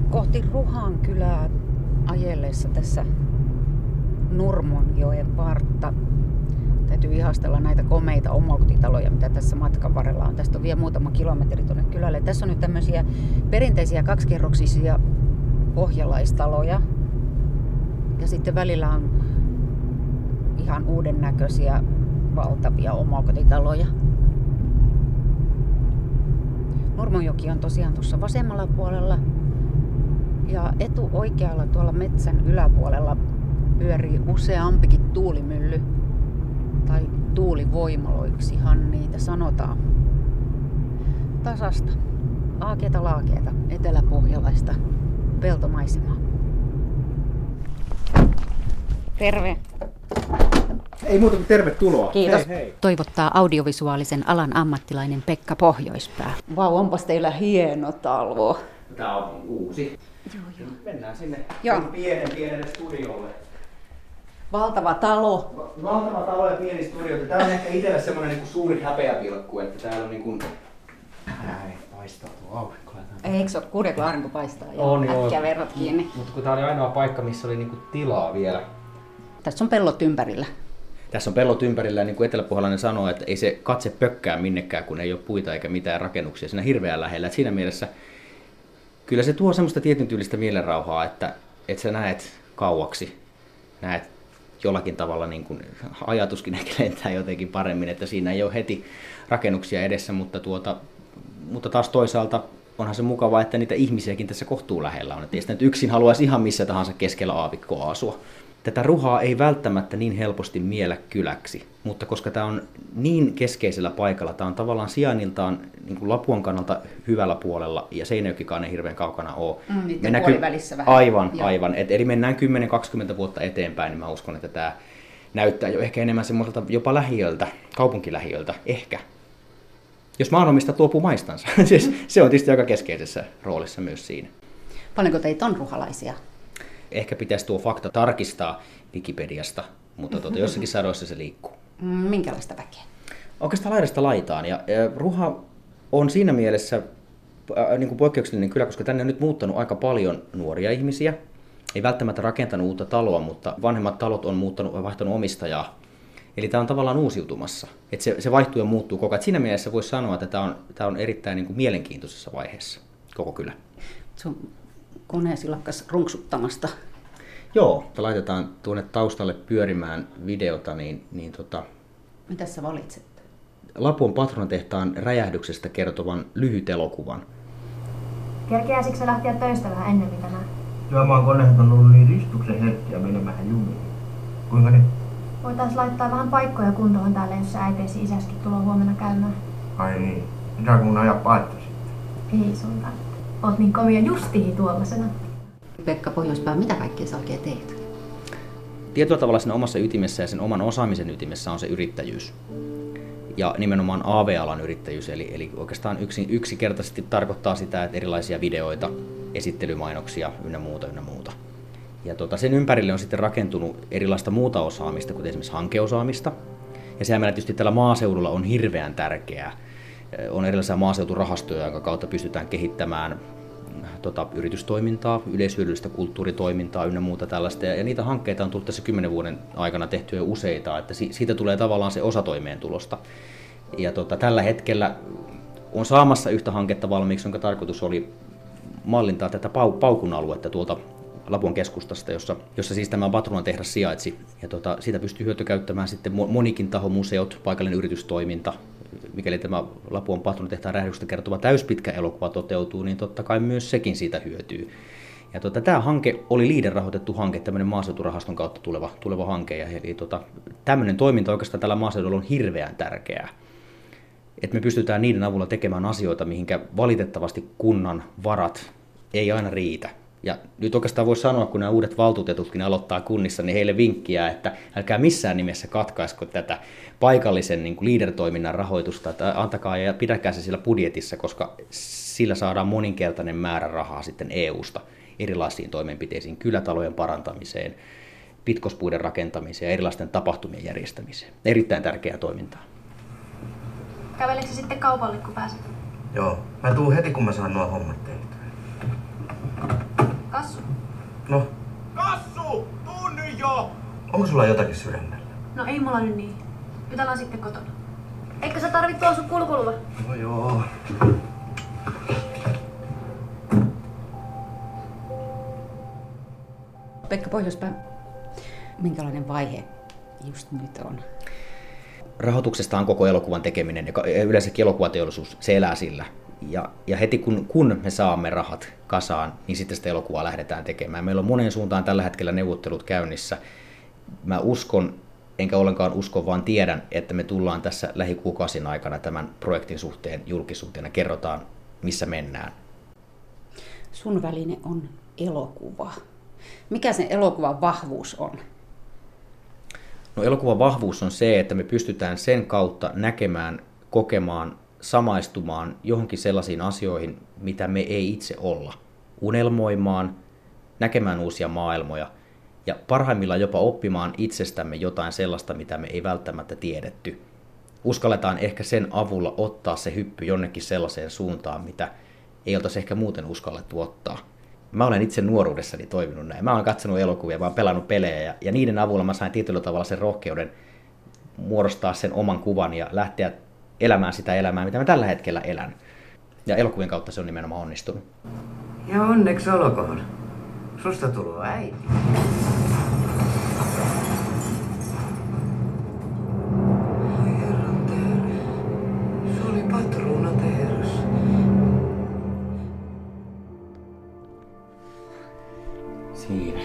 kohti Ruhankylää ajellessa tässä Nurmonjoen vartta. Täytyy ihastella näitä komeita omakotitaloja, mitä tässä matkan varrella on. Tästä on vielä muutama kilometri tuonne kylälle. Tässä on nyt tämmöisiä perinteisiä kaksikerroksisia pohjalaistaloja. Ja sitten välillä on ihan uuden näköisiä valtavia omakotitaloja. Nurmonjoki on tosiaan tuossa vasemmalla puolella. Ja etuoikealla tuolla metsän yläpuolella pyörii useampikin tuulimylly. Tai tuulivoimaloiksihan niitä sanotaan. Tasasta, aakeeta laakeeta, eteläpohjalaista peltomaisemaa. Terve! Ei muuta kuin tervetuloa. Kiitos. Hei. Toivottaa audiovisuaalisen alan ammattilainen Pekka Pohjoispää. Vau, onpas teillä hieno talo. Tää on uusi. Joo. Mennään sinne Joo. pienelle studiolle. Valtava talo. Valtava talo ja pieni studio. Tää on ehkä itselle semmonen niinku suuri häpeäpilkku, että täällä on niinku... Ei paistaa tuo aurinko. Eikö se ole kurja, kun aurinko paistaa? On joo. Äkkiä verrat kiinni. Mutta kun tää oli ainoa paikka, missä oli niinku tilaa vielä. Tässä on pellot ympärillä. Tässä on pellot ympärillä ja niin kuin eteläpohjalainen sanoo, että ei se katse pökkää minnekään, kun ei ole puita eikä mitään rakennuksia siinä hirveän lähellä. Et siinä mielessä kyllä se tuo semmoista tietyn tyylistä mielenrauhaa, että sä näet kauaksi, näet jollakin tavalla niin kuin ajatuskin ehkä lentää jotenkin paremmin, että siinä ei ole heti rakennuksia edessä, mutta taas toisaalta onhan se mukavaa, että niitä ihmisiäkin tässä kohtuu lähellä on. Että ei sitä nyt yksin haluaisi ihan missä tahansa keskellä aavikkoa asua. Tätä Ruhaa ei välttämättä niin helposti miellä kyläksi, mutta koska tämä on niin keskeisellä paikalla, tämä on tavallaan sijainniltaan niin kuin Lapuan kannalta hyvällä puolella ja Seinäjokikaan ei hirveän kaukana ole. Niiden puolivälissä vähän. Aivan. Eli mennään 10-20 vuotta eteenpäin, niin mä uskon, että tämä näyttää jo ehkä enemmän semmoiselta jopa lähiöltä, kaupunkilähiöltä, ehkä. Jos maanomistajat luopuu maistansa, se on tietysti aika keskeisessä roolissa myös siinä. Paljonko teitä on ruhalaisia? Ehkä pitäisi tuo fakta tarkistaa Wikipediasta, mutta jossakin sadoissa se liikkuu. Minkälaista väkeä? Oikeastaan laidasta laitaan. Ja Ruha on siinä mielessä niin kuin poikkeuksellinen kyllä, koska tänne on nyt muuttanut aika paljon nuoria ihmisiä. Ei välttämättä rakentanut uutta taloa, mutta vanhemmat talot on vaihtanut omistajaa. Eli tämä on tavallaan uusiutumassa. Että se vaihtuu ja muuttuu koko ajan. Siinä mielessä voisi sanoa, että tämä on erittäin niin kuin mielenkiintoisessa vaiheessa koko kylä. Se on koneesi lakkas runksuttamasta. Joo, laitetaan tuonne taustalle pyörimään videota, Mitä sä valitset? Lapuan Patronatehtaan räjähdyksestä kertovan lyhyt elokuvan. Kerkeäisikö sä lähteä töistä vähän ennemmin tänään? Työmaakoneet on ollut niin ristuksen hetkiä menemähän jumiin. Kuinka nyt? Voitais laittaa vähän paikkoja kuntoon täällä, jos sä äiteesi isäskin tulee huomenna käymään. Ai niin. Pitääkö mun ajaa paetta sitten? Ei sun tarvitse. Oot niin kovia justiin tuollasena. Pekka Pohjoispää, mitä kaikkea sä oikein teet? Tietyllä tavalla siinä omassa ytimessä ja sen oman osaamisen ytimessä on se yrittäjyys. Ja nimenomaan AV-alan yrittäjyys, eli oikeastaan yksinkertaisesti tarkoittaa sitä, että erilaisia videoita, esittelymainoksia ynnä muuta. Ja sen ympärille on sitten rakentunut erilaista muuta osaamista, kuten esimerkiksi hankeosaamista. Ja sehän meillä tietysti tällä maaseudulla on hirveän tärkeää. On erilaisia maaseuturahastoja, jonka kautta pystytään kehittämään yritystoimintaa, yleishyödyllistä kulttuuritoimintaa ynnä muuta tällaista. Ja niitä hankkeita on tullut tässä 10 vuoden aikana tehty jo useita, että siitä tulee tavallaan se osa toimeentulosta. Ja tällä hetkellä on saamassa yhtä hanketta valmiiksi, jonka tarkoitus oli mallintaa tätä Paukun aluetta tuolta Lapuan keskustasta, jossa siis tämä Patronatehdas sijaitsi. Ja siitä pystyy hyötykäyttämään sitten monikin taho, museot, paikallinen yritystoiminta. Mikäli tämä Lapuan Patronatehtaan räjähdyksestä kertova täyspitkä elokuva toteutuu, niin totta kai myös sekin siitä hyötyy. Ja tämä hanke oli LEADER-rahoitettu hanke, tämmöinen maaseuturahaston kautta tuleva hanke. Eli tämmöinen toiminta oikeastaan tällä maaseudulla on hirveän tärkeää. Että me pystytään niiden avulla tekemään asioita, mihinkä valitettavasti kunnan varat ei aina riitä. Ja nyt oikeastaan voisi sanoa, kun nämä uudet valtuutetutkin aloittaa kunnissa, niin heille vinkkiä, että älkää missään nimessä katkaisko tätä paikallisen niin kuin LEADER-toiminnan rahoitusta, että antakaa ja pidäkää se siellä budjetissa, koska sillä saadaan moninkertainen määrä rahaa sitten EUsta erilaisiin toimenpiteisiin, kylätalojen parantamiseen, pitkospuiden rakentamiseen ja erilaisten tapahtumien järjestämiseen. Erittäin tärkeää toimintaa. Käveleekö sitten kaupalle, kun pääset? Joo. Mä tuun heti, kun mä saan nuo hommat tehtyä. Kassu. No, Kassu! Tuu nyt jo! onko sulla jotakin sydämellä? No ei mulla nyt niin. Jutellaan sitten kotona. Eikö sä tarvit tuolla sun kulkuluva? No joo. Pekka Pohjoispää, minkälainen vaihe just nyt on? Rahoituksesta on koko elokuvan tekeminen ja yleensäkin elokuvateollisuus, se elää sillä. Ja heti kun me saamme rahat kasaan, niin sitten sitä elokuvaa lähdetään tekemään. Meillä on moneen suuntaan tällä hetkellä neuvottelut käynnissä. Mä uskon, enkä ollenkaan usko, vaan tiedän, että me tullaan tässä lähikuukausin aikana tämän projektin suhteen julkisuuteen ja kerrotaan, missä mennään. Sun väline on elokuva. Mikä sen elokuvan vahvuus on? No, elokuvan vahvuus on se, että me pystytään sen kautta näkemään, kokemaan, samaistumaan johonkin sellaisiin asioihin, mitä me ei itse olla. Unelmoimaan, näkemään uusia maailmoja ja parhaimmillaan jopa oppimaan itsestämme jotain sellaista, mitä me ei välttämättä tiedetty. Uskalletaan ehkä sen avulla ottaa se hyppy jonnekin sellaiseen suuntaan, mitä ei oltaisi ehkä muuten uskallettu ottaa. Mä olen itse nuoruudessani toiminut näin. Mä olen katsonut elokuvia, mä olen pelannut pelejä ja niiden avulla mä sain tietyllä tavalla sen rohkeuden muodostaa sen oman kuvan ja lähteä elämään sitä elämää, mitä mä tällä hetkellä elän. Ja elokuvien kautta se on nimenomaan onnistunut. Ja onneksi olkoon. Susta tullut äiti. Ai herran tehdas. Se oli patruunatehdas. Siinä.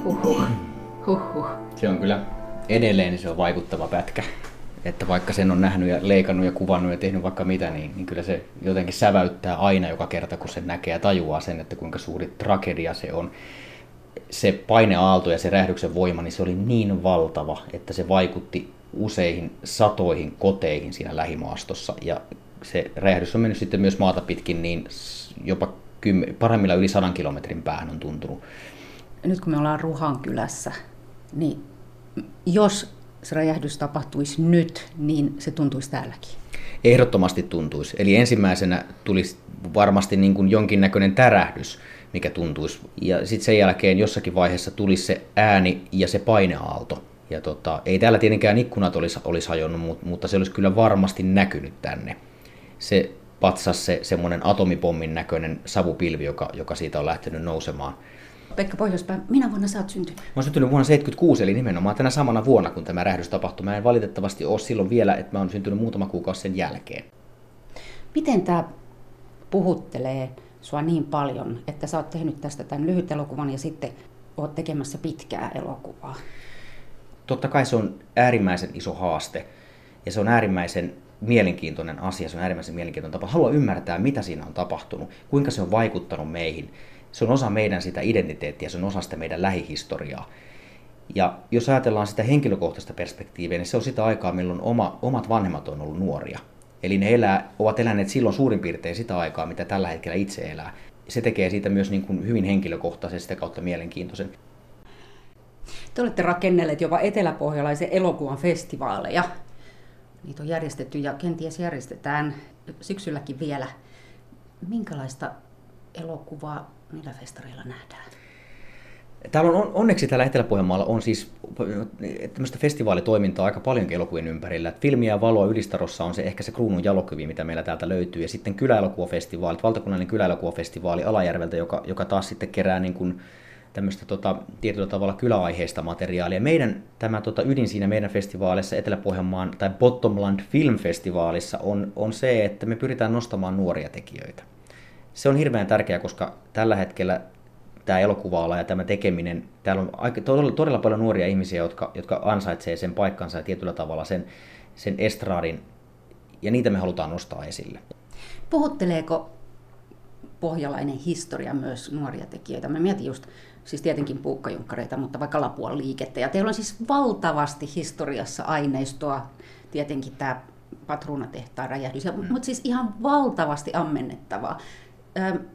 Huhhuh. Se on kyllä edelleen se on vaikuttava pätkä. Että vaikka sen on nähnyt ja leikannut ja kuvannut ja tehnyt vaikka mitä, niin kyllä se jotenkin säväyttää aina joka kerta, kun se näkee ja tajuaa sen, että kuinka suuri tragedia se on. Se paineaalto ja se räjähdyksen voima, niin se oli niin valtava, että se vaikutti useihin satoihin koteihin siinä lähimaastossa. Ja se räjähdys on mennyt sitten myös maata pitkin, niin jopa parhaimmillaan yli 100 kilometrin päähän on tuntunut. Nyt kun me ollaan Ruhan kylässä, niin jos se räjähdys tapahtuisi nyt, niin se tuntuisi täälläkin. Ehdottomasti tuntuisi. Eli ensimmäisenä tulisi varmasti niin kuin jonkinnäköinen tärähdys, mikä tuntuisi. Ja sitten sen jälkeen jossakin vaiheessa tulisi se ääni ja se paineaalto. Ja ei täällä tietenkään ikkunat olisi hajonnut, mutta se olisi kyllä varmasti näkynyt tänne. Se patsas se semmoinen atomipommin näköinen savupilvi, joka siitä on lähtenyt nousemaan. Pekka Pohjoispää, minä vuonna sä oot syntynyt? Mä oon syntynyt vuonna 1976, eli nimenomaan tänä samana vuonna, kun tämä räjähdys tapahtui. Mä en valitettavasti ole silloin vielä, että mä oon syntynyt muutama kuukausi sen jälkeen. Miten tämä puhuttelee sua niin paljon, että sä oot tehnyt tästä tämän lyhyt elokuvan ja sitten oot tekemässä pitkää elokuvaa? Totta kai se on äärimmäisen iso haaste ja se on äärimmäisen mielenkiintoinen asia, se on äärimmäisen mielenkiintoinen tapa. Haluan ymmärtää, mitä siinä on tapahtunut, kuinka se on vaikuttanut meihin. Se on osa meidän sitä identiteettiä, se on osa sitä meidän lähihistoriaa. Ja jos ajatellaan sitä henkilökohtaista perspektiiviä, niin se on sitä aikaa, milloin omat vanhemmat on ollut nuoria. Eli ne ovat eläneet silloin suurin piirtein sitä aikaa, mitä tällä hetkellä itse elää. Se tekee siitä myös niin kuin hyvin henkilökohtaisen, sitä kautta mielenkiintoisen. Te olette rakennelleet jopa eteläpohjalaisen elokuvan festivaaleja. Niitä on järjestetty ja kenties järjestetään syksylläkin vielä. Minkälaista elokuvaa niillä festareilla nähdään? Täällä on onneksi täällä Etelä-Pohjanmaalla on siis tämmöistä festivaalitoimintaa aika paljonkin elokuvien ympärillä. Filmiä ja valoa Ylistarossa on se ehkä se kruunun jalokivi, mitä meillä täältä löytyy. Ja sitten kyläelokuvafestivaalit, valtakunnallinen kyläelokuvafestivaali Alajärveltä, joka taas sitten kerää niin kuin tämmöistä tietyllä tavalla kyläaiheista materiaalia. Meidän tämä ydin siinä meidän festivaaleissa Etelä-Pohjanmaan tai Bottomland Film Festivaalissa on se, että me pyritään nostamaan nuoria tekijöitä. Se on hirveän tärkeää, koska tällä hetkellä tämä elokuva-ala ja tämä tekeminen, täällä on todella paljon nuoria ihmisiä, jotka ansaitsee sen paikkansa ja tietyllä tavalla sen estraadin, ja niitä me halutaan nostaa esille. Puhutteleeko pohjalainen historia myös nuoria tekijöitä? Mä mietin just, siis tietenkin puukkajunkkareita, mutta vaikka Lapuan liikettä, ja teillä on siis valtavasti historiassa aineistoa, tietenkin tämä patruunatehtaan räjähdys, mutta siis ihan valtavasti ammennettavaa.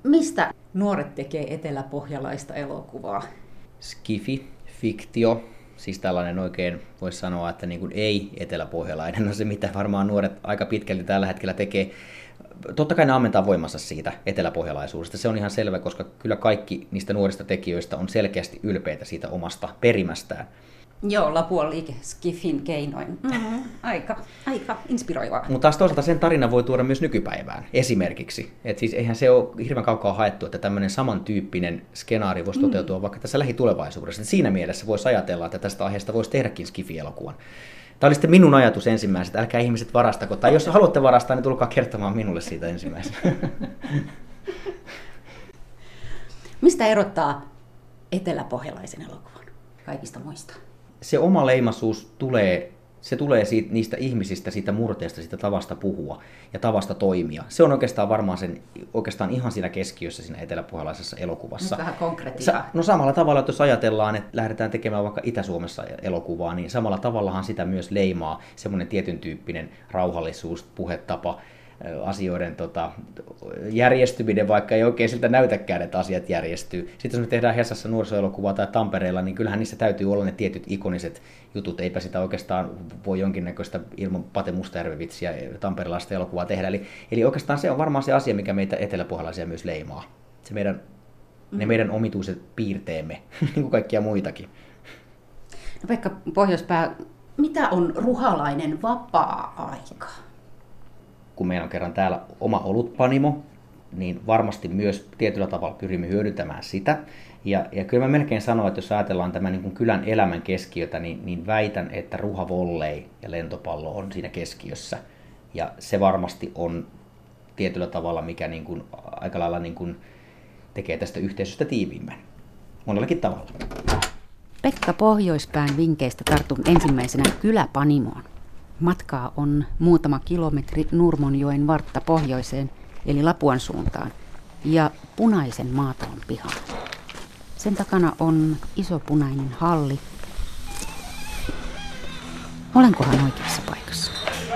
Mistä nuoret tekee eteläpohjalaista elokuvaa? Skifi, fiktio, Siis tällainen oikein, voisi sanoa, että niin kuin ei-eteläpohjalainen on se, mitä varmaan nuoret aika pitkälti tällä hetkellä tekee. Totta kai ne ammentaa voimansa siitä eteläpohjalaisuudesta. Se on ihan selvä, koska kyllä kaikki niistä nuorista tekijöistä on selkeästi ylpeitä siitä omasta perimästään. Joo, Lapuan liike Skifin keinoin. Aika inspiroivaa. Mutta taas toisaalta sen tarina voi tuoda myös nykypäivään, esimerkiksi. Et siis eihän se ole hirveän kaukaa haettu, että tämmöinen samantyyppinen skenaari voisi toteutua vaikka tässä lähitulevaisuudessa. Et siinä mielessä voisi ajatella, että tästä aiheesta voisi tehdäkin Skifi-elokuvan. Tämä oli sitten minun ajatus ensimmäisenä, älkää ihmiset varastako. Tai jos haluatte varastaa, niin tulkaa kertomaan minulle siitä ensimmäisenä. Mistä erottaa eteläpohjalaisen elokuvan kaikista muista? Se oma leimaisuus tulee niistä ihmisistä, siitä murteesta, siitä tavasta puhua ja tavasta toimia. Se on oikeastaan ihan siinä keskiössä siinä eteläpohjalaisessa elokuvassa. Nyt vähän konkretiaa. No samalla tavalla, että jos ajatellaan, että lähdetään tekemään vaikka Itä-Suomessa elokuvaa, niin samalla tavallahan sitä myös leimaa semmoinen tietyn tyyppinen rauhallisuus, puhetapa, asioiden järjestyminen, vaikka ei oikein siltä näytäkään, että asiat järjestyy. Sitten jos me tehdään Hesassa nuorisoelokuvaa tai Tampereella, niin kyllähän niissä täytyy olla ne tietyt ikoniset jutut. Eipä sitä oikeastaan voi jonkinnäköistä ilman Pate Mustajärvi-vitsiä tamperelaista elokuvaa tehdä. Eli oikeastaan se on varmaan se asia, mikä meitä eteläpohjalaisia myös leimaa. Se ne meidän omituiset piirteemme, niin kuin kaikkia muitakin. No Pekka Pohjoispää, mitä on ruhalainen vapaa-aika? Kun meillä on kerran täällä oma olutpanimo, niin varmasti myös tietyllä tavalla pyrimme hyödyntämään sitä. Ja kyllä mä melkein sanon, että jos ajatellaan tämän niin kuin kylän elämän keskiötä, niin väitän, että ruhavolley ja lentopallo on siinä keskiössä. Ja se varmasti on tietyllä tavalla, mikä niin kuin, aika lailla niin kuin tekee tästä yhteisöstä tiiviimmän. Monellakin tavalla. Pekka Pohjoispään vinkkeistä tartun ensimmäisenä kyläpanimoon. Matkaa on muutama kilometri Nurmonjoen vartta pohjoiseen, eli Lapuan suuntaan, ja punaisen maatalon pihaan. Sen takana on iso punainen halli. Olenkohan oikeassa paikassa?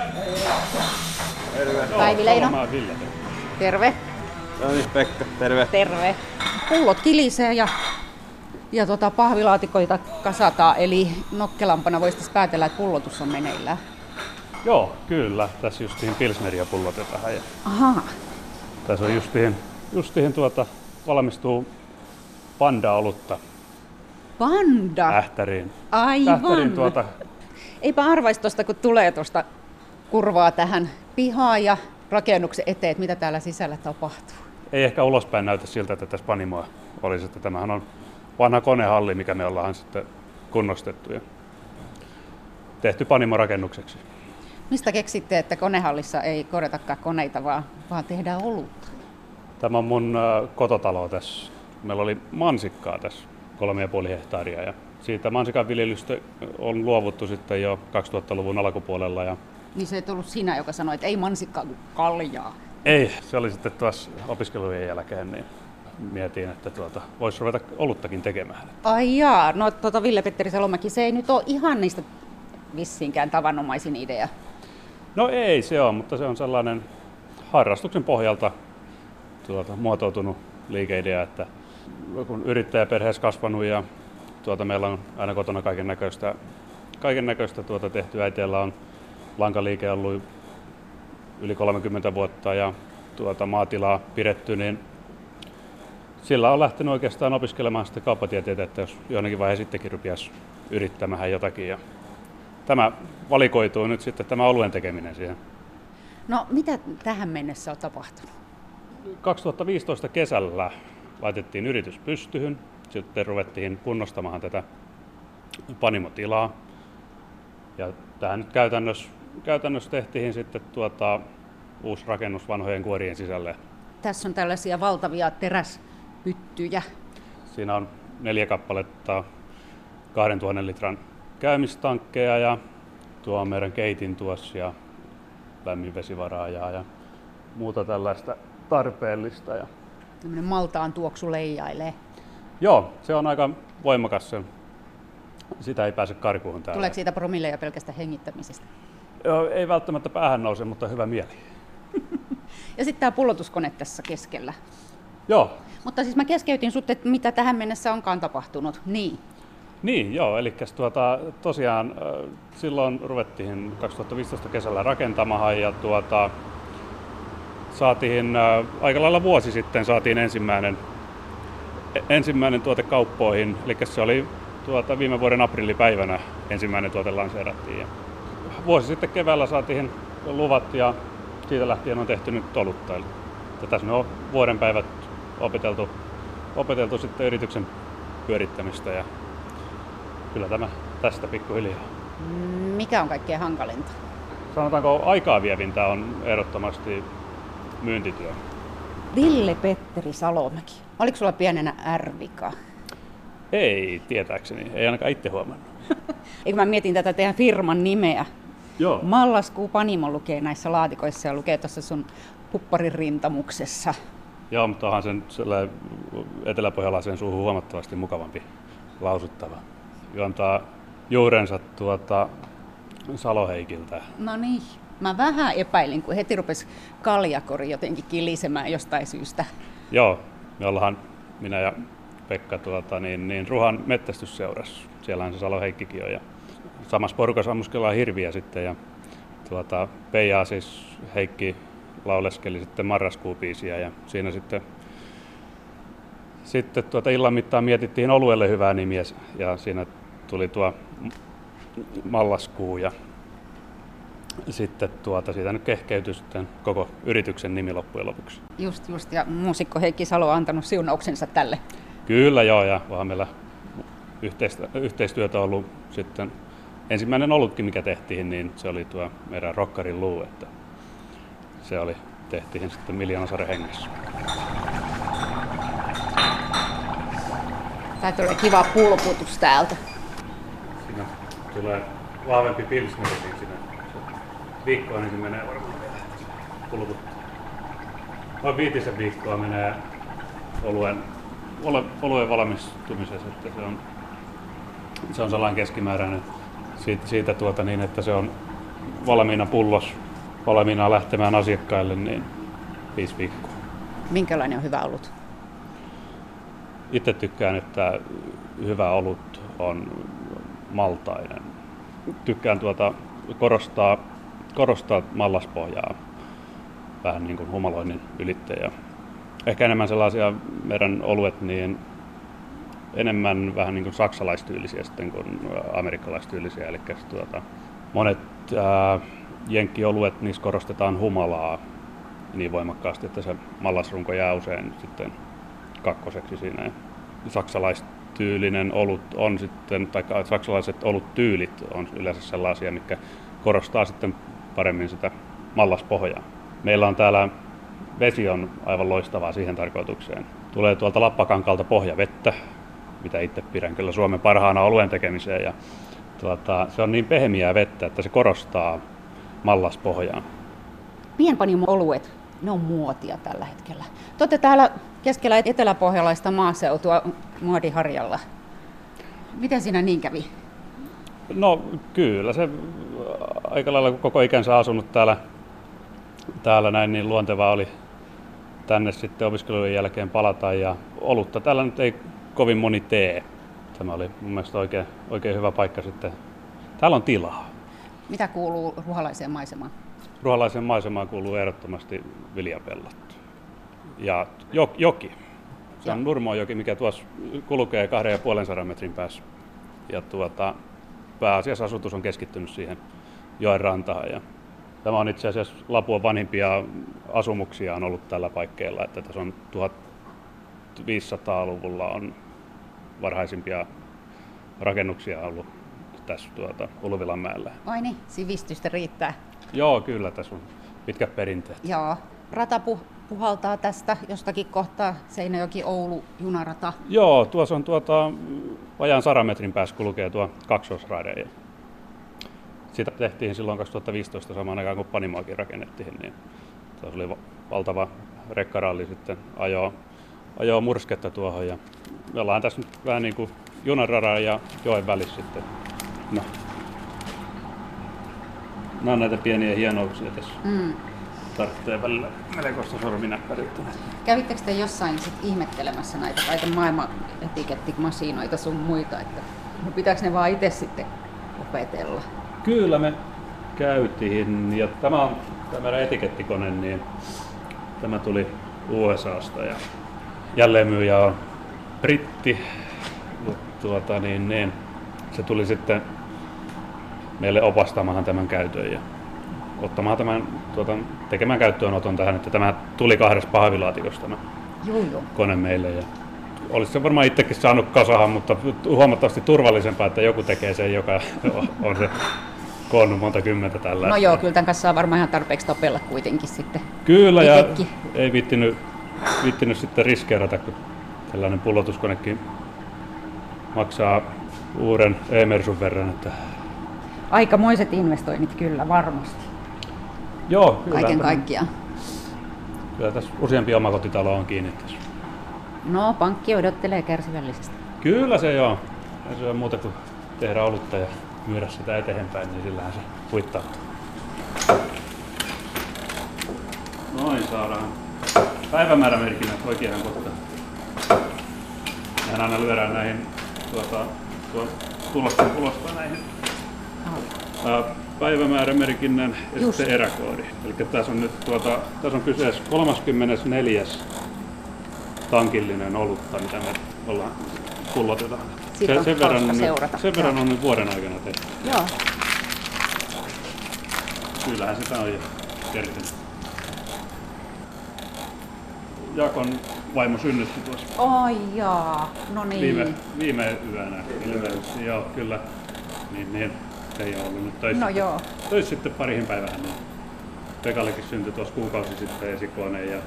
Terve. Päivi Leino. Terve. No niin, Pekka, terve. Terve. Pullot kilisee ja pahvilaatikoita kasataan, eli nokkelampana voisi päätellä, että pullotus on meneillään. Joo, kyllä. Tässä justiin pilsneriä pullotetaan. Ja Ahaa. tässä on justiin valmistuu panda-olutta Panda? Ähtäriin. Aivan. Ähtäriin Eipä arvaisi tuosta, kun tulee tuosta kurvaa tähän pihaan ja rakennuksen eteen, että mitä täällä sisällä tapahtuu. Ei ehkä ulospäin näytä siltä, että tässä panimoa olisi. Että tämähän on vanha konehalli, mikä me ollaan sitten kunnostettu ja tehty panimorakennukseksi. Mistä keksitte, että konehallissa ei korjatakaan koneita, vaan tehdään olutta? Tämä on mun kototalo tässä. Meillä oli mansikkaa tässä 3,5 hehtaaria ja siitä mansikan viljelystä on luovuttu sitten jo 2000-luvun alkupuolella. Ja Niin se ei ollut sinä, joka sanoi, että ei mansikkaa kuin kaljaa. ei, se oli sitten tuossa opiskelujen jälkeen, niin mietin, että voisi ruveta oluttakin tekemään. Ai jaa, no Ville-Petteri Salomäki, se ei nyt ole ihan niistä vissiinkään tavanomaisin idea. No ei se ole, mutta se on sellainen harrastuksen pohjalta muotoutunut liikeidea, että kun yrittäjäperheessä kasvanut ja meillä on aina kotona kaiken näköistä tehty. Äitiellä on lankaliike ollut yli 30 vuotta ja maatilaa pidetty, niin sillä on lähtenyt oikeastaan opiskelemaan sitten kauppatieteitä, että jos jonnekin vaiheessa sittenkin rupiaisi yrittämään jotakin. Ja tämä valikoituu nyt sitten tämä oluen tekeminen siihen. No mitä tähän mennessä on tapahtunut? 2015 kesällä laitettiin yritys pystyyn, sitten ruvettiin kunnostamaan tätä panimotilaa. Ja tähän nyt käytännössä tehtiin sitten uusi rakennus vanhojen kuorien sisälle. Tässä on tällaisia valtavia teräspyttyjä. Siinä on 4 kappaletta 2000 litran käymistankkeja ja tuo on meidän keitin tuossa ja lämminvesivaraajaa ja muuta tällaista tarpeellista. Ja Tämmöinen maltaan tuoksu leijailee. joo, se on aika voimakas. Sitä ei pääse karkuun täällä. Tuleeko siitä promilleja pelkästä hengittämisestä? Joo, ei välttämättä päähän nouse, mutta hyvä mieli. Ja sitten tämä pullotuskone tässä keskellä. Joo, Mutta siis mä keskeytin sut, että mitä tähän mennessä onkaan tapahtunut. Niin. Niin, joo, eli tosiaan silloin ruvettiin 2015 kesällä rakentamaan ja saatiin aika lailla vuosi sitten saatiin ensimmäinen tuote kauppoihin, eli se oli viime vuoden aprillipäivänä ensimmäinen tuote lanseerattiin. Ja vuosi sitten keväällä saatiin luvat ja siitä lähtien on tehty nyt olutta. Eli tässä on vuoden päivät opeteltu sitten yrityksen pyörittämistä ja kyllä tämä tästä pikkuhiljaa. Mikä on kaikkein hankalinta? Sanotaanko aikaa vievintä on ehdottomasti myyntityö. Ville-Petteri Salomäki. Oliko sulla pienenä ärvika? Ei, tietääkseni. Ei ainakaan itse huomannut. Eikö mä mietin tätä teidän firman nimeä? Joo. Mallaskuu Panimo lukee näissä laatikoissa ja lukee tuossa sun pupparin rintamuksessa. Joo, mutta onhan sen eteläpohjalaisen suuhun huomattavasti mukavampi lausuttava. Juontaa juurensa Saloheikiltä. No niin. Mä vähän epäilin, kun heti rupesi kaljakori jotenkin kilisemään jostain syystä. Joo, me ollaan minä ja Pekka Ruhan metsästysseurassa. Siellähän se Saloheikkikin on. Ja samassa porukassa ammuskellaan hirviä sitten. Ja Peijaa siis Heikki lauleskeli sitten marraskuubiisiä ja siinä sitten illan mittaan mietittiin oluelle hyvää nimiä ja siinä tuli tuo Mallaskuu ja sitten siitä nyt kehkeytyi sitten koko yrityksen nimi loppujen lopuksi. Just, ja muusikko Heikki Salo on antanut siunauksensa tälle. Kyllä joo, ja onhan meillä yhteistyötä ollut sitten. Ensimmäinen olutkin, mikä tehtiin, niin se oli tuo meidän Rokkarin luu, että tehtiin sitten Miljoonasaaren hengessä. Tää tulee kiva pulputus täältä. Siinä tulee vahvempi pilsneri, niin siinä viikkoa niin se menee varmaan vielä pulputtaa. Noin 5 viikkoa menee oluen valmistumisessa, että se on sellainen keskimääräinen siitä niin, että se on valmiina pullos, valmiina lähtemään asiakkaille, niin 5 viikkoa. Minkälainen on hyvä olut? Itse tykkään, että hyvä olut on maltainen. Tykkään korostaa mallaspohjaa vähän niin kuin humaloinnin ylitteen. Ehkä enemmän sellaisia meidän oluet, niin enemmän vähän niin kuin saksalaistyylisiä sitten kuin amerikkalaistyylisiä. Eli monet jenkkioluet, niissä korostetaan humalaa niin voimakkaasti, että se mallasrunko jää usein sitten kakkoseksi siinä. Ja saksalaistyylinen olut on sitten, tai saksalaiset oluttyylit on yleensä sellaisia, mitkä korostaa sitten paremmin sitä mallaspohjaa. Meillä on täällä vesi on aivan loistavaa siihen tarkoitukseen. Tulee tuolta Lappakankalta pohjavettä, mitä itse pidän kyllä Suomen parhaana oluen tekemiseen. Ja se on niin pehmeää vettä, että se korostaa mallaspohjaa. Pienpanimo-oluet, ne on muotia tällä hetkellä. Te olette täällä keskellä eteläpohjalaista maaseutua muodiharjalla. Miten siinä niin kävi? No kyllä, se aika lailla koko ikänsä asunut täällä näin, niin luontevaa oli tänne sitten opiskelujen jälkeen palata. Ja olutta täällä nyt ei kovin moni tee. Tämä oli mun mielestä oikein hyvä paikka sitten. Täällä on tilaa. Mitä kuuluu ruhalaiseen maisemaan? Ruhalaiseen maisemaan kuuluu ehdottomasti viljapellot. Ja joki. Se on Nurmojoki, mikä tuossa kulkee 250 metrin päässä. Ja pääasiassa asutus on keskittynyt siihen joen rantaan. Ja tämä on itse asiassa Lapuan vanhimpia asumuksia on ollut tällä paikkeilla. Että tässä on 1500-luvulla on varhaisimpia rakennuksia ollut tässä Ulvilanmäellä. Oi niin, sivistystä riittää. Joo, kyllä tässä on pitkät perinteet. Joo. Rata puhaltaa tästä jostakin kohtaa, Seinäjoki-Oulu junarata. Joo, tuossa on vajaan 100 metrin päässä kulkee tuo kaksoisraide. Sitä tehtiin silloin 2015 samaan aikaan, kun Panimoakin rakennettiin. Niin tuossa oli valtava rekkaralli sitten ajoi mursketta tuohon. Ja me ollaan tässä nyt vähän niin kuin junaradan ja joen välissä sitten. No. Nämä on näitä pieniä hienouksia tässä. Tarvitsee välillä melkoista sorminäppäryttä. Kävittekö te jossain sit ihmettelemässä näitä kaiken maailman etikettimasinoita sun muita? Että No pitääkö ne vaan itse sitten opetella? Kyllä me käytiin, ja tämä on tämä meidän etikettikone, niin tämä tuli USAsta ja jälleenmyyjä on britti. Ja se tuli sitten meille opastamaan tämän käytön ja ottamaan tämän, tekemään käyttöönoton tähän, että tämä tuli 2 pahvilaatikosta tämä kone meille. Ja olisi se varmaan itsekin saanut kasahan, mutta huomattavasti turvallisempaa, että joku tekee sen, joka on se koonnut monta kymmentä tällä. No joo, kyllä tämän kanssa saa varmaan ihan tarpeeksi tapella kuitenkin sitten. Kyllä, itekin. Ja ei viittinyt sitten riskeerata, kun tällainen pullotuskonekin maksaa uuden e-mersun verran. Että... Aikamoiset investoinnit kyllä, varmasti. Joo, kyllä. Kaiken kaikkiaan. Kyllä tässä useampi omakotitalo on kiinni tässä. No, pankki odottelee kärsivällisesti. Kyllä se joo. Ei se ole muuta kuin tehdä olutta ja myydä sitä eteenpäin, niin sillähän se huittautuu. Noin saadaan päivämäärämerkinnät oikeaan kohtaan. Mehän aina lyödään näihin tuloksen tulosta näihin päivämäärämerkinnän ja sitten eräkoodi. Eli tässä on nyt tässä on kyseessä 34. tankillinen olutta, mitä me ollaan pullotetaan. Sen verran on nyt vuoden aikana tehty. Joo. Kyllähän sitä on jo kertynyt. Jaakon vaimo synnytti tuossa. Ai jaa, no niin. Viime yönä ilmeisesti, joo kyllä. Niin, ei ole ollut nyt töissä. No joo. Töissä sitten parihin päivään. Niin Pekallekin syntyi tuossa kuukausi sitten esikone ja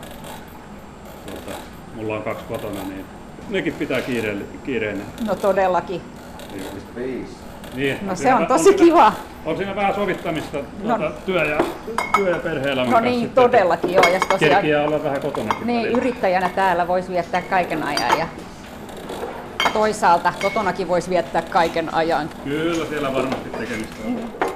mulla on 2 kotona, niin nekin pitää kiireinen. No todellakin. Niin, no se on tosi kiva. On siinä vähän sovittamista työ- ja perhe-elämän kanssa. No niin, todellakin joo. Ja kerkiää olla vähän kotonakin. Niin, välillä. Yrittäjänä täällä voisi viettää kaiken ajan ja toisaalta kotonakin voisi viettää kaiken ajan. Kyllä, siellä varmasti tekemistä on.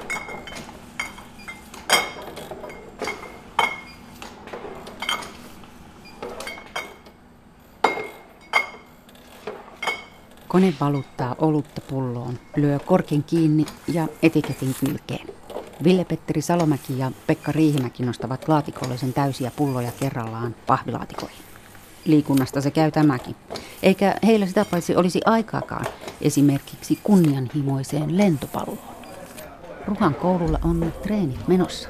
Kone valuttaa olutta pulloon, lyö korkin kiinni ja etiketin kylkeen. Ville-Petteri Salomäki ja Pekka Riihimäki nostavat laatikollisen täysiä pulloja kerrallaan pahvilaatikoihin. Liikunnasta se käy tämäkin. Eikä heillä sitä paitsi olisi aikaakaan esimerkiksi kunnianhimoiseen lentopalloon. Ruhan koululla on treenit menossa.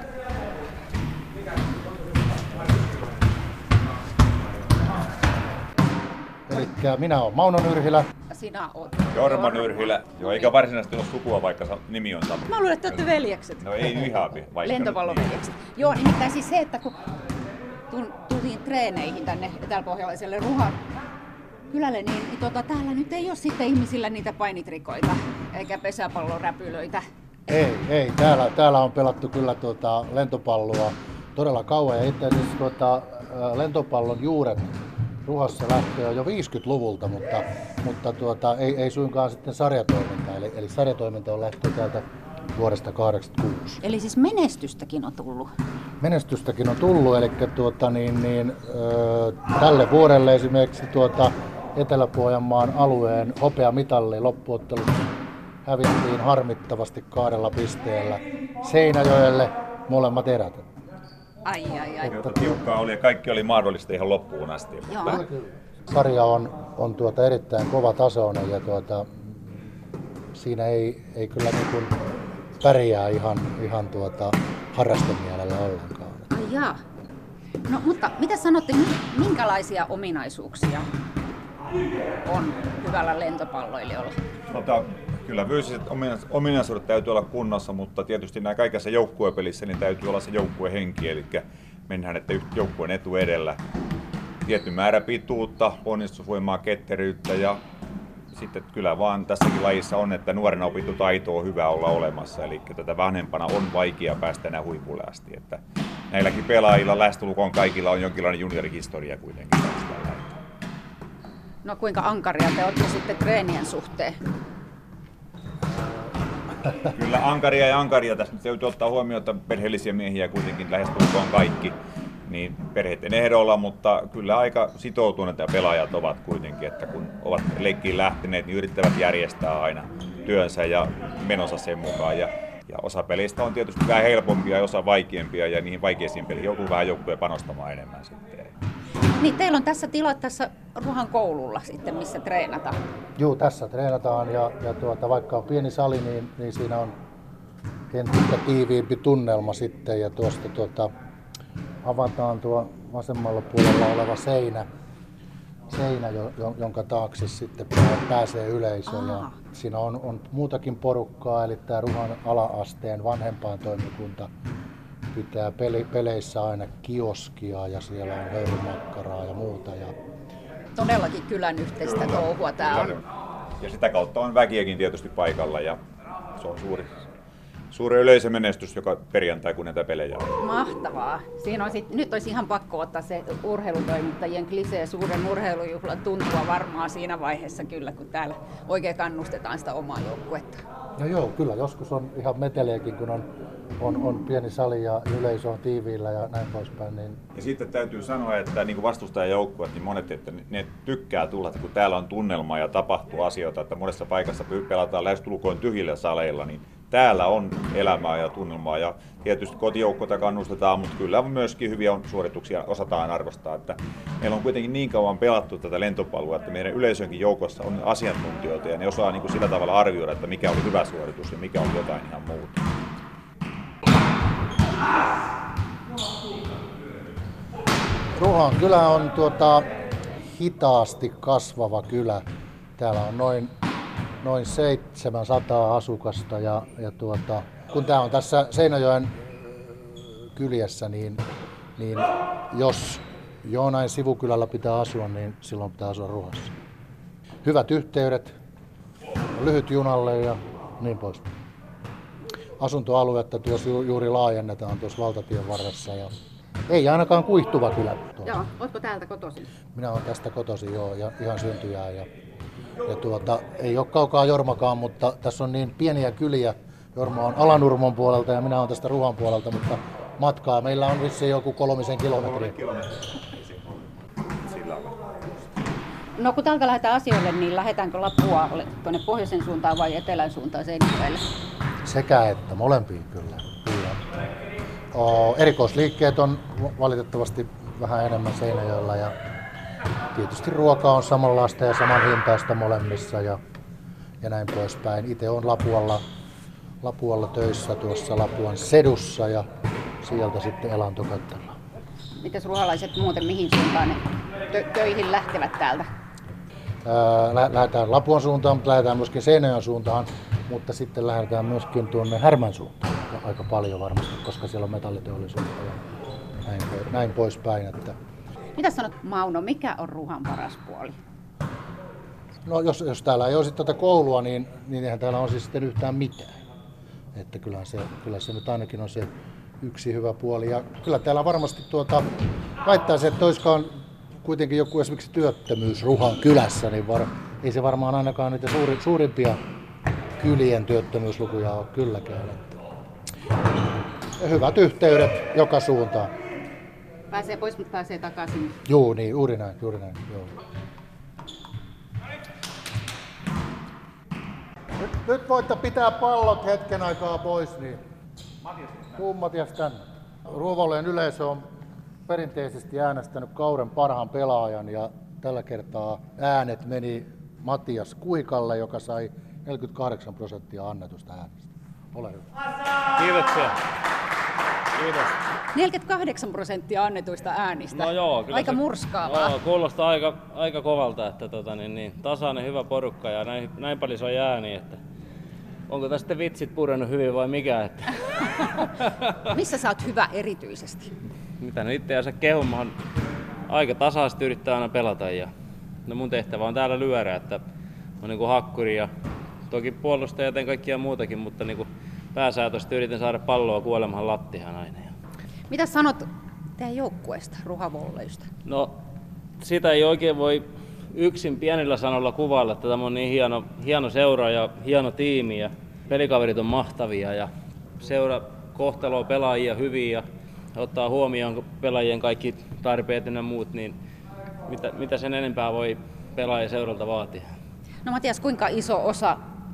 Elikkä minä olen Mauno Nyrhilä. Sinä oot Jorma Nyrhilä. Joo, eikä varsinaisesti ole sukua, vaikka nimi on sama. Mä luulen, että olette veljekset. No ei ihan vaikka. Lentopalloveljekset. Joo, nimittäin siis se, että kun tultiin treeneihin tänne eteläpohjalaiselle Ruhan kylälle, niin täällä nyt ei ole sitten ihmisillä niitä painitrikoita eikä pesäpalloräpylöitä. Ei. Täällä on pelattu kyllä lentopalloa todella kauan. Ja itse asiassa lentopallon juuret Ruhassa lähtee jo 50-luvulta, mutta ei suinkaan sitten sarjatoiminta. Eli sarjatoiminta on lähtenyt täältä vuodesta 1986. Eli siis menestystäkin on tullut? Menestystäkin on tullut, eli tälle vuodelle esimerkiksi Etelä-Pohjanmaan alueen hopeamitalli loppuottelussa hävittiin harmittavasti 2 pisteellä Seinäjoelle molemmat erät. Ai. Tiukkaa oli ja kaikki oli mahdollista ihan loppuun asti. Sarja on erittäin kovatasoinen ja siinä ei kyllä niin kuin pärjää ihan harrastemielellä ollenkaan. Ai jaa. No mutta mitä sanotte, minkälaisia ominaisuuksia on hyvällä lentopalloilijalla? Kyllä fyysiset ominaisuudet täytyy olla kunnossa, mutta tietysti nämä kaikessa joukkuepelissä niin täytyy olla se joukkuehenki, eli mennään että joukkueen etu edellä. Tietty määrä pituutta, ponnistusvoimaa, ketteryyttä ja sitten kyllä vaan tässäkin lajissa on, että nuorena opittu taito on hyvä olla olemassa, eli tätä vanhempana on vaikea päästä enää huipulle asti. Että näilläkin pelaajilla lähestulkoon kaikilla on jonkinlainen juniorihistoria kuitenkin. No kuinka ankaria te olette sitten treenien suhteen? Kyllä ankaria. Tässä täytyy ottaa huomioon, että perheellisiä miehiä kuitenkin lähestulkoon kaikki. Niin perheiden ehdolla, mutta kyllä aika sitoutuneita pelaajat ovat kuitenkin, että kun ovat leikkiin lähteneet, niin yrittävät järjestää aina työnsä ja menonsa sen mukaan. Ja osa peleistä on tietysti vähän helpompia ja osa vaikeampia ja niihin vaikeisiin peliin joutuu vähän joukkueen panostamaan enemmän sitten. Niin, teillä on tässä tilat tässä Ruhan koululla sitten, missä treenataan. Joo, tässä treenataan ja vaikka on pieni sali, niin siinä on entistä tiiviimpi tunnelma sitten ja tuosta avataan tuo vasemmalla puolella oleva seinä, jonka taakse sitten pääsee yleisö. Ja siinä on muutakin porukkaa, eli tämä Ruhan ala-asteen vanhempaintoimikunta pitää peleissä aina kioskia ja siellä on höyrymakkaraa ja muuta. Ja todellakin kylän yhteistä touhua tää on. Ja sitä kautta on väkiäkin tietysti paikalla ja se on suuri yleisömenestys joka perjantai, kun näitä pelejä on. Mahtavaa. Siinä on nyt olisi ihan pakko ottaa se urheilutoimittajien klisee suuren urheilujuhlan tuntua varmaan siinä vaiheessa kyllä, kun täällä oikein kannustetaan sitä omaa joukkuetta. No joo, kyllä joskus on ihan meteleekin, kun on pieni sali ja yleisö on tiiviillä ja näin poispäin. Niin... Ja sitten täytyy sanoa, että niin kuin vastustajajoukkueet, niin monet että ne tykkää tulla, että kun täällä on tunnelma ja tapahtuu asioita, että monessa paikassa pelataan lähestulkoon tyhjillä saleilla, niin täällä on elämää ja tunnelmaa ja tietysti kotijoukkoita kannustetaan, mutta kyllä myöskin hyviä suorituksia osataan arvostaa. Että meillä on kuitenkin niin kauan pelattu tätä lentopalloa, että meidän yleisönkin joukossa on asiantuntijoita ja ne osaa niin kuin sillä tavalla arvioida, että mikä oli hyvä suoritus ja mikä on jotain ihan muuta. Ruhan kylä on hitaasti kasvava kylä. Täällä on noin 700 asukasta ja kun tämä on tässä Seinäjoen kyljessä, niin jos jonain sivukylällä pitää asua, niin silloin pitää asua Ruhassa. Hyvät yhteydet, lyhyt junalle ja niin pois. Asuntoaluetta juuri laajennetaan tuossa valtatien varressa ja ei ainakaan kuihtuva kylä. Joo, ootko täältä kotoisin? Minä olen tästä kotoisin ja ihan syntyjää. Ja ei ole kaukaa Jormakaan, mutta tässä on niin pieniä kyliä. Jorma on Alanurmon puolelta ja minä olen tästä Ruhan puolelta, mutta matkaa meillä on vissiin joku 3 kilometriä. No kun täältä lähdetään asioille, niin lähdetäänkö Lapualle tuonne pohjoisen suuntaan vai etelän suuntaan Seinäjoelle? Sekä että molempiin kyllä. Erikoisliikkeet on valitettavasti vähän enemmän Seinäjoella ja tietysti ruoka on samanlaista ja saman hintaista molemmissa ja näin poispäin. Itse olen Lapualla töissä tuossa Lapuan sedussa ja sieltä sitten elantokattella. Mitäs ruohalaiset muuten mihin suuntaan ne töihin lähtevät täältä? Lähdetään Lapuan suuntaan, mutta lähdetään myöskin Seinäjoen suuntaan, mutta sitten lähdetään myöskin tuonne Härmän suuntaan aika paljon varmasti, koska siellä on metalliteollisuutta ja näin poispäin. Että... Mitä sanot Mauno, mikä on Ruhan paras puoli? No jos täällä ei ole tätä koulua, niin eihän täällä on siis sitten yhtään mitään. Että kyllä se nyt ainakin on se yksi hyvä puoli. Ja kyllä täällä varmasti väittäisi, että olisikohan kuitenkin joku esimerkiksi työttömyys Ruhan kylässä, niin ei se varmaan ainakaan niitä suurimpia kylien työttömyyslukuja ole kylläkään. Ja hyvät yhteydet joka suuntaan. Pääsee pois, mutta pääsee takaisin. Joo, niin, juuri näin. Joo. Nyt voitte pitää pallot hetken aikaa pois, niin tuu Matias tänne. Ruovolleen yleisö on perinteisesti äänestänyt kauden parhaan pelaajan ja tällä kertaa äänet meni Matias Kuikalle, joka sai 48% annetusta äänestä. Ole hyvä. Kiitoksia. Kiitos. 48% annetuista äänistä. No joo, kyllä aika murskaavaa. Joo, kuulostaa aika kovalta, että tasainen hyvä porukka ja näin paljon se on ääni, että onko tästä sitten vitsit purennut hyvin vai mikä? Että... Missä sä oot hyvä erityisesti? Mitä nyt itseänsä kehumaan, aika tasaisesti yrittää aina pelata ja no mun tehtävä on täällä lyödä, että on niin kuin hakkuri ja toki puolustaja ja kaikkia muutakin, mutta niin kuin pääsääntöisesti yritän saada palloa kuolemaan lattiaan aina. Mitä sanot teidän joukkueesta, Ruhavolleista? No sitä ei oikein voi yksin pienillä sanoilla kuvailla, että tämä on niin hieno seura ja hieno tiimi ja pelikaverit on mahtavia ja seura kohtaloo pelaajia hyvin ja ottaa huomioon pelaajien kaikki tarpeet ja muut, niin mitä sen enempää voi pelaaja seuralta vaatia? No Matias, kuinka iso osa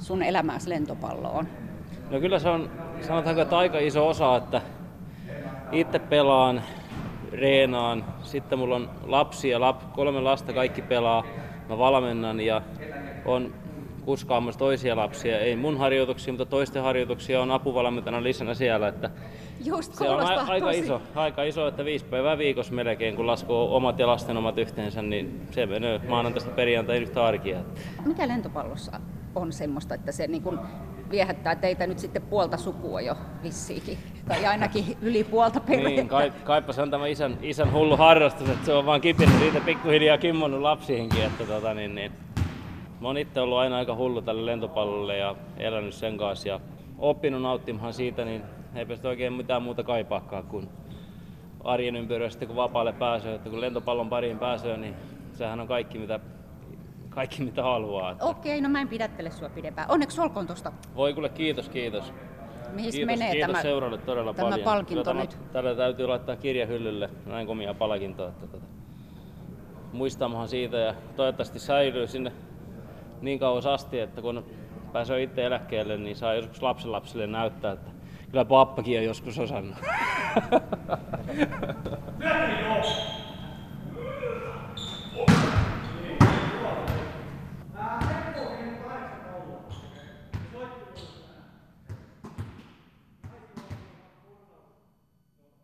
sun elämääsi lentopalloon? No kyllä se on, sanotaanko, että aika iso osa, että itse pelaan, reenaan, sitten mulla on lapsia, 3 lasta, kaikki pelaa, mä valmennan ja on kuskaamassa toisia lapsia, ei mun harjoituksia, mutta toisten harjoituksia on apuvalmentajana lisänä siellä, että Just, se on aika iso, että 5 päivää viikossa melkein, kun laskuu omat ja lasten omat yhteensä, niin se menee maanantaista perjantai yhtä arkia. Mikä lentopallossa on semmoista, että se niin kun viehättää teitä nyt sitten puolta sukua jo vissiinkin, tai ainakin yli puolta perhettä? Niin, kaipa se on tämä isän hullu harrastus, että se on vaan kipinyt siitä pikkuhiljaa kimmonnut lapsihinkin, että mä oon itse ollut aina aika hullu tälle lentopallolle ja elänyt sen kanssa ja oppinut nauttimaan siitä, niin eipä sitä oikein mitään muuta kaipaakaan kuin arjen ympyröistä, kun vapaalle pääsee, että kun lentopallon pariin pääsee, niin sehän on kaikki mitä haluaa. Okei, no mä en pidättele sua pidempään. Onneksi olkoon tosta. Voi kuule, kiitos. Mihin menee kiitos seuralle todella tämä paljon. palkinto nyt? Tällä täytyy laittaa kirjahyllylle, näin komia palkintoa, että muistamahan siitä ja toivottavasti säilyy sinne niin kauas asti, että kun pääsee itse eläkkeelle, niin saa joskus lapsenlapsille näyttää, että kyllä pappakin on joskus osannut.